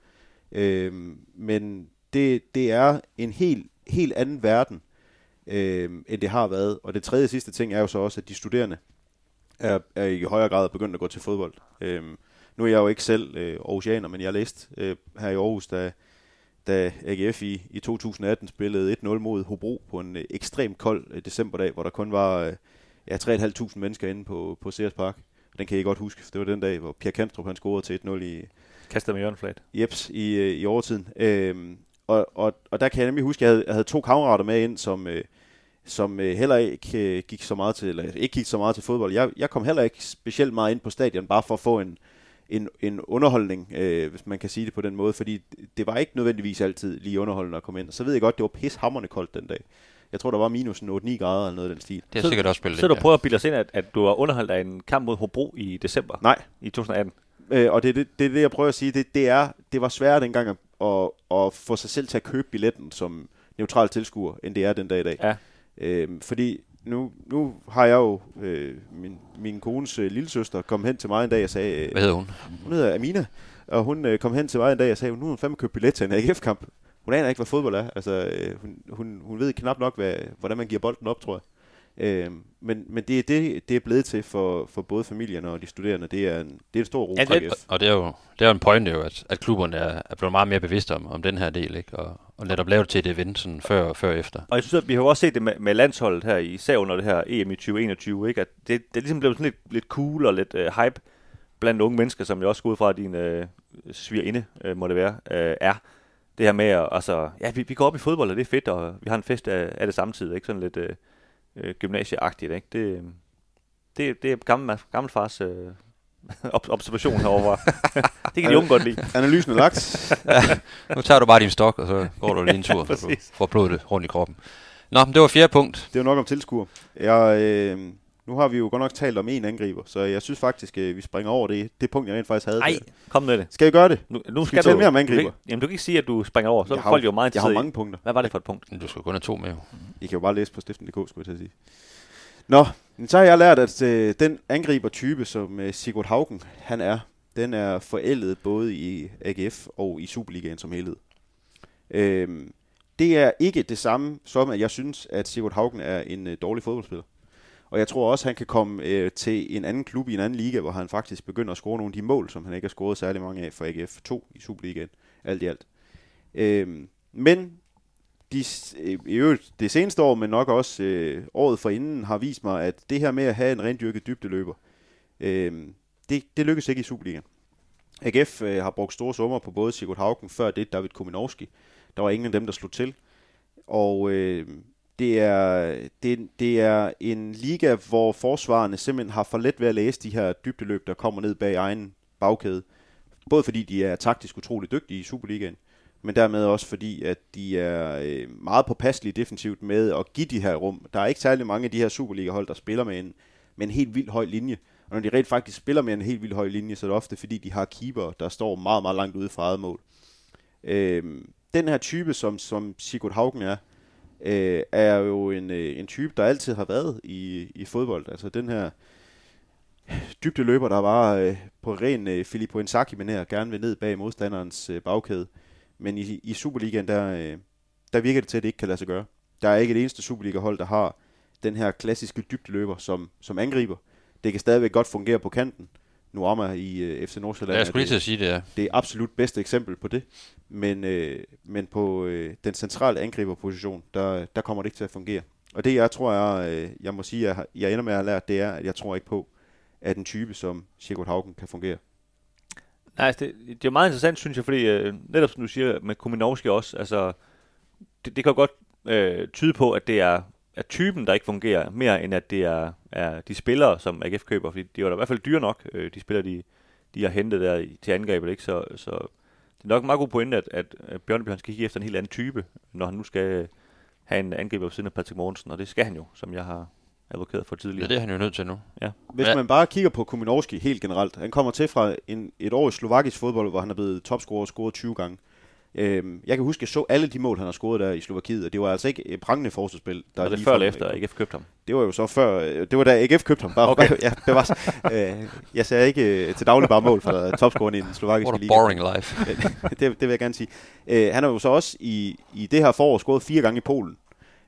Men det er en helt anden verden, end det har været. Og det tredje sidste ting er jo så også, at de studerende er i højere grad begyndt at gå til fodbold. Nu er jeg jo ikke selv aarhusianer, men jeg læste her i Aarhus, da AGF i 2018 spillede 1-0 mod Hobro på en ekstremt kold decemberdag, hvor der kun var 3.500 mennesker inde på Sears Park. Den kan I godt huske. Det var den dag, hvor Pierre Kandstrup han scorede til 1-0 i... Kastet med hjørneflat. Jeps, i overtiden. Og der kan jeg nemlig huske, at jeg havde 2 kammerater med ind, som heller ikke gik så meget til fodbold. Jeg kom heller ikke specielt meget ind på stadion, bare for at få en underholdning, hvis man kan sige det på den måde, fordi det var ikke nødvendigvis altid lige underholdende at komme ind. Så ved jeg godt, det var pishamrende koldt den dag. Jeg tror, der var minus 8-9 grader eller noget af den stil. Det er sikkert også spillet. Så du prøver at bilde os ind, at du var underholdt af en kamp mod Hobro i december? Nej. I 2018? Og det er det, jeg prøver at sige. Det var sværere dengang at få sig selv til at købe billetten som neutral tilskuer, end det er den dag i dag. Ja. Fordi nu har jeg jo min kones lillesøster kom hen til mig en dag og sagde... Hvad hedder hun? Hun hedder Amina, og hun kom hen til mig en dag og sagde, nu har hun fandme købt billet til en AGF-kamp. Hun aner ikke, hvad fodbold er. Altså, hun ved knap nok, hvordan man giver bolden op, tror jeg. Men det er blevet til for både familierne og de studerende. Det er en stor ro. Og det er jo en pointe jo, at klubberne er blevet meget mere bevidste om den her del, ikke? Og netop lave det til et event sådan før og efter. Og jeg synes, at vi har også set det med landsholdet her, især under det her EM i 2021, ikke? At det ligesom blev sådan lidt cool og lidt hype blandt unge mennesker, som jeg også går ud fra, at din svigerinde, må det være, er. Det her med, altså, ja, vi går op i fodbold, og det er fedt, og vi har en fest af det samtidig, ikke? Sådan lidt gymnasieagtigt, ikke? Det er gammel fars observation herovre. Det kan de unge godt lide. Analysen er lagt. Ja, nu tager du bare din stok, og så går du lige en tur, og du får blodet rundt i kroppen. Nå, men det var 4. punkt. Det var nok om tilskuer. Nu har vi jo godt nok talt om en angriber, så jeg synes faktisk, vi springer over det punkt, jeg rent faktisk havde. Nej, kom med det. Skal jeg gøre det? Nu skal tale mere om angriber. Jamen, du kan ikke sige, at du springer over, så er folk jo meget interesseret. Jeg har mange punkter. Hvad var det for et punkt? Du skal kun have 2 med jo. I kan jo bare læse på stiften.dk, skulle jeg til at sige. Nå, så har jeg lært, at den angribertype, som Sigurd Haugen, den er forældet både i AGF og i Superligaen som helhed. Det er ikke det samme som, at jeg synes, at Sigurd Haugen er en dårlig fodboldspiller. Og jeg tror også, at han kan komme til en anden klub i en anden liga, hvor han faktisk begynder at score nogle af de mål, som han ikke har scoret særlig mange af for AGF 2 i Superligaen, alt i alt. Men i øvrigt det seneste år, men nok også året forinden, har vist mig, at det her med at have en rendyrket dybdeløber, det lykkes ikke i Superligaen. AGF har brugt store summer på både Sigurd Haugen, før det David Kuminowski. Der var ingen af dem, der slog til. Og det er en liga, hvor forsvarerne simpelthen har for let ved at læse de her dybdeløb, der kommer ned bag egen bagkæde. Både fordi de er taktisk utroligt dygtige i Superligaen, men dermed også fordi, at de er meget påpasselige defensivt med at give de her rum. Der er ikke særlig mange af de her Superliga-hold, der spiller med en helt vildt høj linje. Og når de rent faktisk spiller med en helt vildt høj linje, så er det ofte fordi, de har keeper, der står meget, meget langt ude fra eget mål. Den her type, som Sigurd Haugen er jo en type, der altid har været i fodbold. Altså den her dybdeløber, der var på ren Filippo Inzaghi-manér, gerne vil ned bag modstanderens bagkæde. Men i Superligaen, der virker det til, at det ikke kan lade sig gøre. Der er ikke et eneste Superliga-hold, der har den her klassiske dybdeløber som angriber. Det kan stadigvæk godt fungere på kanten. Nuama i FC Nordsjælland. Ja, jeg skulle lige til at sige det, ja. Det er absolut bedste eksempel på det. Men på den centrale angriberposition, der kommer det ikke til at fungere. Og det, jeg må sige, jeg ender med at have lært, det er, at jeg tror ikke på, at en type som Sigurd Haugen kan fungere. Nej, det er meget interessant, synes jeg, fordi netop som du siger med Kuminovski også, altså det kan godt tyde på, at det er typen, der ikke fungerer, mere end at det er de spillere, som AGF køber, fordi de var da i hvert fald dyre nok, de spillere, de har hentet der til angrebet, ikke? Så det er nok en meget god pointe, at Bjørneby skal kigge efter en helt anden type, når han nu skal have en angriber ved siden af Patrick Mortensen, og det skal han jo, som jeg har advokeret for tidligere. Ja, det er han jo nødt til nu. Ja. Hvis man bare kigger på Kuminovski helt generelt, han kommer til fra et år i slovakisk fodbold, hvor han er blevet topscorer og scoret 20 gange. Jeg kan huske, at jeg så alle de mål, han har scoret der i Slovakiet, og det var altså ikke et prangende forsvarsspil. Var det før eller efter, AGF købte ham? Det var jo så før, det var da AGF købte ham. Bare, okay. Ja, det var, jeg sagde ikke til daglig bare mål for topscoren i den slovakiske liga. What a boring life. det vil jeg gerne sige. Han har jo så også i det her forår scoret 4 gange i Polen.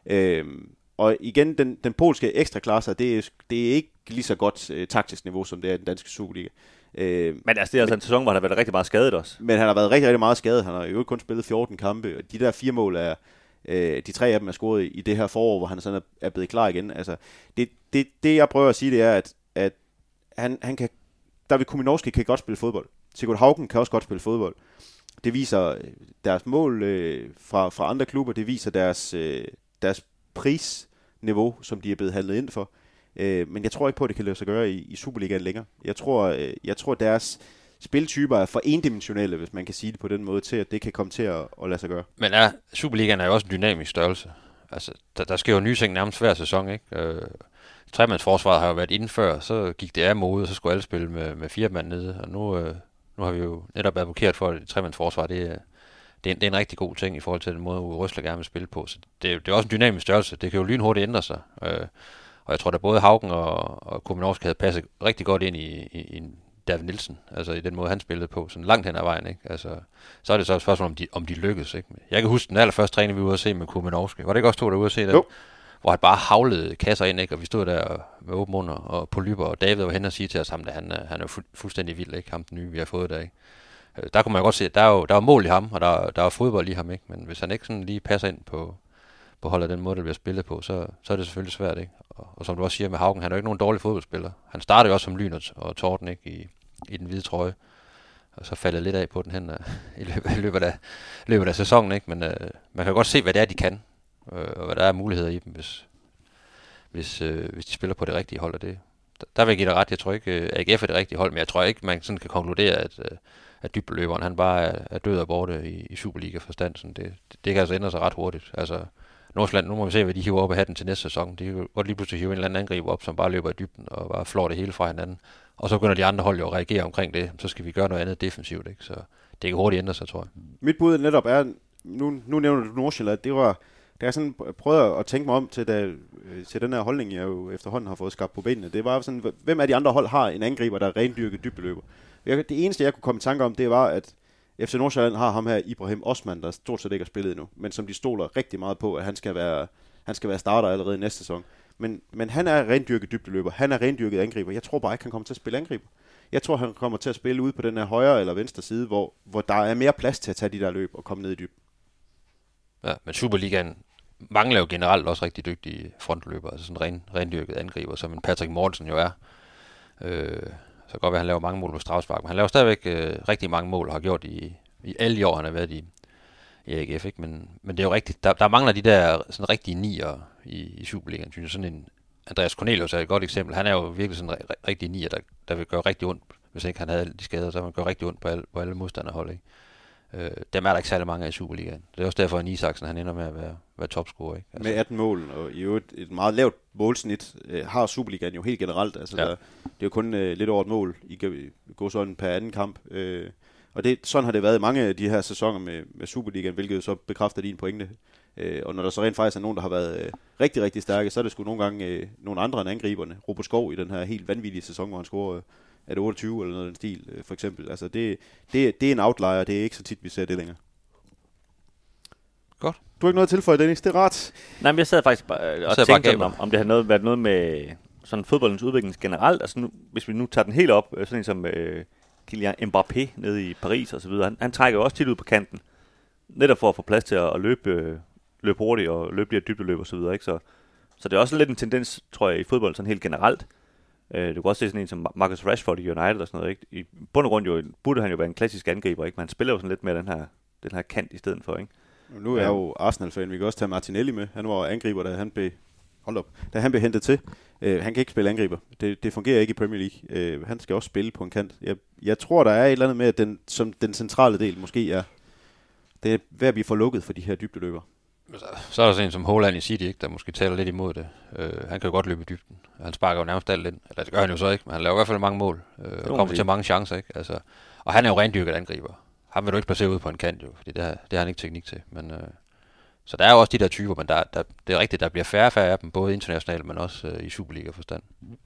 Og igen, den polske ekstraklasse, det er ikke lige så godt taktisk niveau, som det er i den danske Superliga. Men altså, det er altså en sæson, hvor han har været rigtig meget skadet også. Men han har været rigtig, rigtig meget skadet. Han har jo kun spillet 14 kampe, og de der 4 mål er, de 3 af dem er scoret i det her forår, hvor han sådan er blevet klar igen. Altså, det jeg prøver at sige, det er, at han kan, David Kuminovski kan godt spille fodbold. Sigurd Haugen kan også godt spille fodbold. Det viser deres mål fra andre klubber, det viser deres prisniveau, som de er blevet handlet ind for. Men jeg tror ikke på, at det kan lade sig gøre i Superligaen længere. Jeg tror deres spiltyper er for endimensionelle, hvis man kan sige det på den måde, til at det kan komme til at lade sig gøre. Men Superligaen er jo også en dynamisk størrelse. Altså, der sker jo nye ting nærmest hver sæson, ikke? Tremandsforsvaret har jo været inden før, så gik det af mode, og så skulle alle spille med 4 mand nede. Og nu har vi jo netop advokeret for, at tremandsforsvar, det er en rigtig god ting i forhold til den måde, Uwe Røsler gerne vil spille på. Så det er også en dynamisk størrelse. Det kan jo lynhurtigt ændre sig. Og jeg tror, at både Haugen og Kuminovski havde passet rigtig godt ind i David Nielsen, altså i den måde, han spillede på, sådan langt hen ad vejen, ikke? Altså, så er det så et spørgsmål, om de lykkes, ikke? Jeg kan huske den allerførste træning, vi var ude at se med Kuminovski. Var det ikke også to, der var ude at se den? Jo. Hvor han bare havlede kasser ind, ikke? Og vi stod der med åben mund og polypper, og David var hen og sige til os, at han er jo fuldstændig vild, ikke? Ham den nye, vi har fået der, ikke? Der kunne man godt se, at der er mål i ham, og der er fodbold i ham, ikke? Men hvis han ikke sådan lige passer ind på holdet den måde, der bliver spillet på, så er det selvfølgelig svært, ikke? Og som du også siger med Haugen, han er jo ikke nogen dårlig fodboldspiller. Han startede jo også som Lyn og Torden, ikke? I den hvide trøje. Og så faldet lidt af på den hen i løbet af sæsonen, ikke? Men man kan godt se, hvad det er, de kan. Og hvad der er muligheder i dem, hvis de spiller på det rigtige hold. Og det, der vil jeg give dig ret. Jeg tror ikke, AGF er det rigtige hold, men jeg tror ikke, man sådan kan konkludere, at dybdeløberen, han bare er død og borte i Superliga-forstand. Det kan altså ændre sig ret hurtigt. Altså, Nordsjælland, nu må vi se, hvad de hiver op af hatten til næste sæson. De kan godt lige pludselig hive en eller anden angriber op, som bare løber i dybden og bare flår det hele fra hinanden. Og så begynder de andre hold jo at reagere omkring det. Så skal vi gøre noget andet defensivt, ikke? Så det kan hurtigt ændre sig, tror jeg. Mit bud netop er, nu nævner du Nordsjælland, det er sådan prøvet at tænke mig om til den her holdning, jeg jo efterhånden har fået skabt på benene. Det var sådan, hvem af de andre hold har en angriber, der er rendyrket dybdeløber? Det eneste, jeg kunne komme i tanke om, det var, at FC Nordsjælland har ham her, Ibrahim Osman, der stort set ikke har spillet endnu, men som de stoler rigtig meget på, at han skal være starter allerede i næste sæson. Men han er rendyrket dybdeløber, han er rendyrket angriber. Jeg tror bare ikke, han kommer til at spille angriber. Jeg tror, han kommer til at spille ude på den her højre eller venstre side, hvor der er mere plads til at tage de der løb og komme ned i dybden. Ja, men Superligaen mangler jo generelt også rigtig dygtige frontløbere, altså sådan rendyrket angriber, som en Patrick Mortensen jo er. Så kan godt være, at han laver mange mål på straffespark, men han laver stadigvæk rigtig mange mål og har gjort i alle de år, han har været i AGF, ikke? Men det er jo rigtigt. Der mangler de der sådan rigtige nier i Superligaen. Jeg synes, sådan en Andreas Cornelius er et godt eksempel. Han er jo virkelig sådan en rigtig nier, der vil gøre rigtig ondt hvis ikke han havde de skader, så man gør rigtig ondt på alle modstanderhold, ikke? Dem er der ikke særlig mange af i Superligaen. Det er også derfor, at Isaksen han ender med at være topscorer, ikke? Altså. Med 18 mål, og i øvrigt et meget lavt målsnit, har Superligaen jo helt generelt. Altså, det er jo kun lidt over et mål i går sådan per anden kamp. Og sådan har det været i mange af de her sæsoner med Superligaen, hvilket jo så bekræfter din pointe. Og når der så rent faktisk er nogen, der har været rigtig, rigtig stærke, så er det sgu nogle gange nogle andre end angriberne. Robert Skov i den her helt vanvittige sæson, hvor han scorer er det 28 eller noget af den stil, for eksempel. Altså det er en outlier, det er ikke så tit, vi ser det længere. Godt. Du har ikke noget at tilføje, Dennis. Det er rart. Nej, men jeg sad faktisk bare og tænkte om det har været noget med sådan fodboldens udvikling generelt. Altså nu, hvis vi nu tager den helt op, sådan en som Kylian Mbappé nede i Paris og så videre. Han trækker jo også tit ud på kanten, netop for at få plads til at løbe hurtigt og løbe de her dybdeløb og så videre, ikke? Så det er også lidt en tendens, tror jeg, i fodbold sådan helt generelt. Du kan også se sådan en som Marcus Rashford i United og sådan noget, ikke? I bund og grund burde han jo være en klassisk angriber, ikke? Men han spiller jo sådan lidt med den her kant i stedet for, ikke? Nu er jeg jo Arsenal-fan. Vi kan også tage Martinelli med. Han var angriber, da han blev hentet til. Han kan ikke spille angriber. Det fungerer ikke i Premier League. Han skal også spille på en kant. Jeg tror, der er et eller andet med, at den centrale del måske er, det er ved at blive forlukket for de her dybdeløber. Så er der sådan en som Haaland i City, ikke, der måske taler lidt imod det. Han kan jo godt løbe i dybden. Han sparker jo nærmest alt ind. Eller det gør han jo så ikke, men han laver i hvert fald mange mål. Og kommer til mange chancer, ikke? Altså, og han er jo rendyrket angriber. Ham vil du ikke placere ud på en kant, jo, fordi det har han ikke teknik til. Men, så der er jo også de der typer, men det er rigtigt, der bliver færre af dem, både internationalt, men også i Superliga-forstand.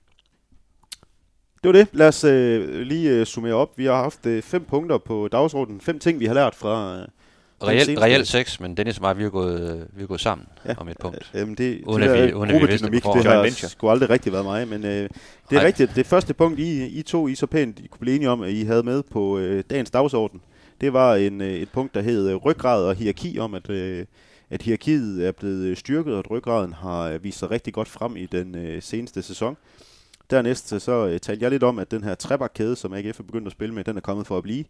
Det var det. Lad os lige summere op. Vi har haft 5 punkter på dagsordenen. 5 ting, vi har lært fra... Reelt 6, men Dennis og mig, vi er gået sammen om et punkt. Uden at vi vidste det på det har sgu aldrig rigtig været mig, men det er rigtigt. Det første punkt, I så pænt I kunne blive enige om, at I havde med på dagens dagsorden, det var et punkt, der hed ryggrad og hierarki, om at hierarkiet er blevet styrket, og at ryggraden har vist sig rigtig godt frem i den seneste sæson. Dernæst så talte jeg lidt om, at den her trebakkæde, som AGF er begyndt at spille med, den er kommet for at blive.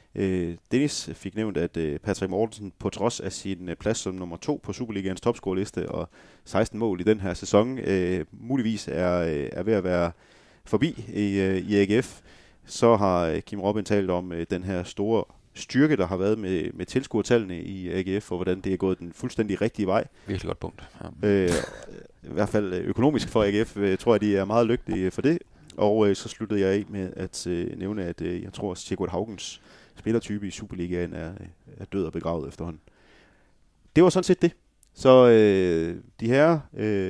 Dennis fik nævnt, at Patrick Mortensen på trods af sin plads som nummer 2 på Superligaens topscoreliste og 16 mål i den her sæson, muligvis er ved at være forbi i AGF. Så har Kim Robin talt om den her store styrke, der har været med tilskuertallene i AGF, og hvordan det er gået den fuldstændig rigtige vej. Virkelig godt punkt. Ja. I hvert fald økonomisk for AGF, tror jeg, de er meget lykkelige for det. Og så sluttede jeg af med at nævne, at jeg tror, at Sigurd Haugens spillertype i Superligaen er død og begravet efterhånden. Det var sådan set det. Så de her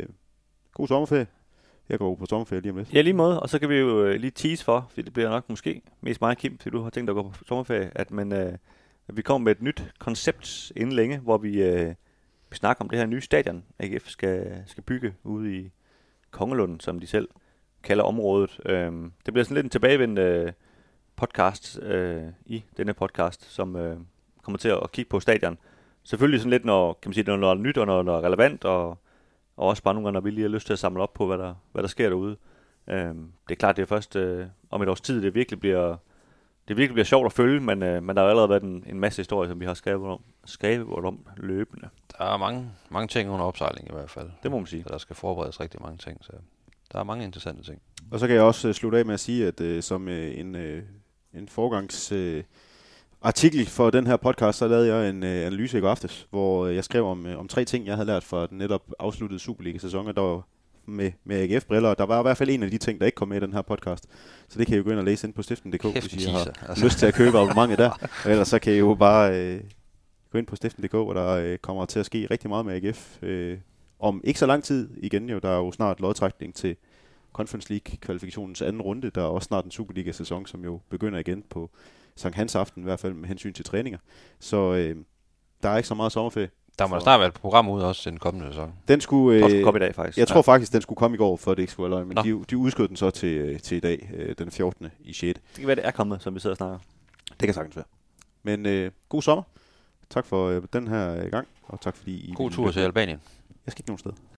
god sommerferie. Jeg går på sommerferie lige om lidt. Ja, lige måde. Og så kan vi jo lige tease for, fordi det bliver nok måske mest mig, Kim, fordi du har tænkt at gå på sommerferie, at vi kommer med et nyt koncept inden længe, hvor vi snakker om det her nye stadion, AGF skal bygge ude i Kongelund, som de selv kalder området. Det bliver sådan lidt en tilbagevendende podcast i denne podcast, som kommer til at kigge på stadion. Selvfølgelig sådan lidt, når der er noget nyt og noget relevant, og også bare nogle gange, når vi lige har lyst til at samle op på, hvad der sker derude. Det er klart, det er først om et års tid, det virkelig bliver sjovt at følge, men der har jo allerede været en masse historier, som vi har skrevet om løbende. Der er mange ting under opsejling i hvert fald. Det må man sige. Så der skal forberedes rigtig mange ting, så der er mange interessante ting. Og så kan jeg også slutte af med at sige, at som en forgangs artikel for den her podcast, så lavede jeg en analyse i går aftes, hvor jeg skrev om 3 ting, jeg havde lært fra den netop afsluttede Superliga-sæson, og der var med AGF-briller, og der var i hvert fald en af de ting, der ikke kom med i den her podcast. Så det kan I jo gå ind og læse ind på stiften.dk, hvis I har lyst til at købe abonnementet der. Og ellers så kan I jo bare gå ind på stiften.dk, hvor der kommer til at ske rigtig meget med AGF. Om ikke så lang tid igen, jo, der er jo snart lodtrækning til Conference League-kvalifikationens anden runde. Der er også snart en Superliga-sæson, som jo begynder igen på Sankt Hans aften, i hvert fald med hensyn til træninger. Så der er ikke så meget sommerferie. Der må snart være et program ud også til den kommende sæson. Den skulle komme i dag, faktisk. Jeg tror faktisk, den skulle komme i går, for det ikke skulle være løgn, men de udskød den så til i dag, den 14. i 6. Det kan være, det er kommet, som vi sidder og snakker. Det kan sagtens være. Men god sommer. Tak for den her gang, og tak fordi I... God tur til Albanien. Jeg skal ikke nogen sted.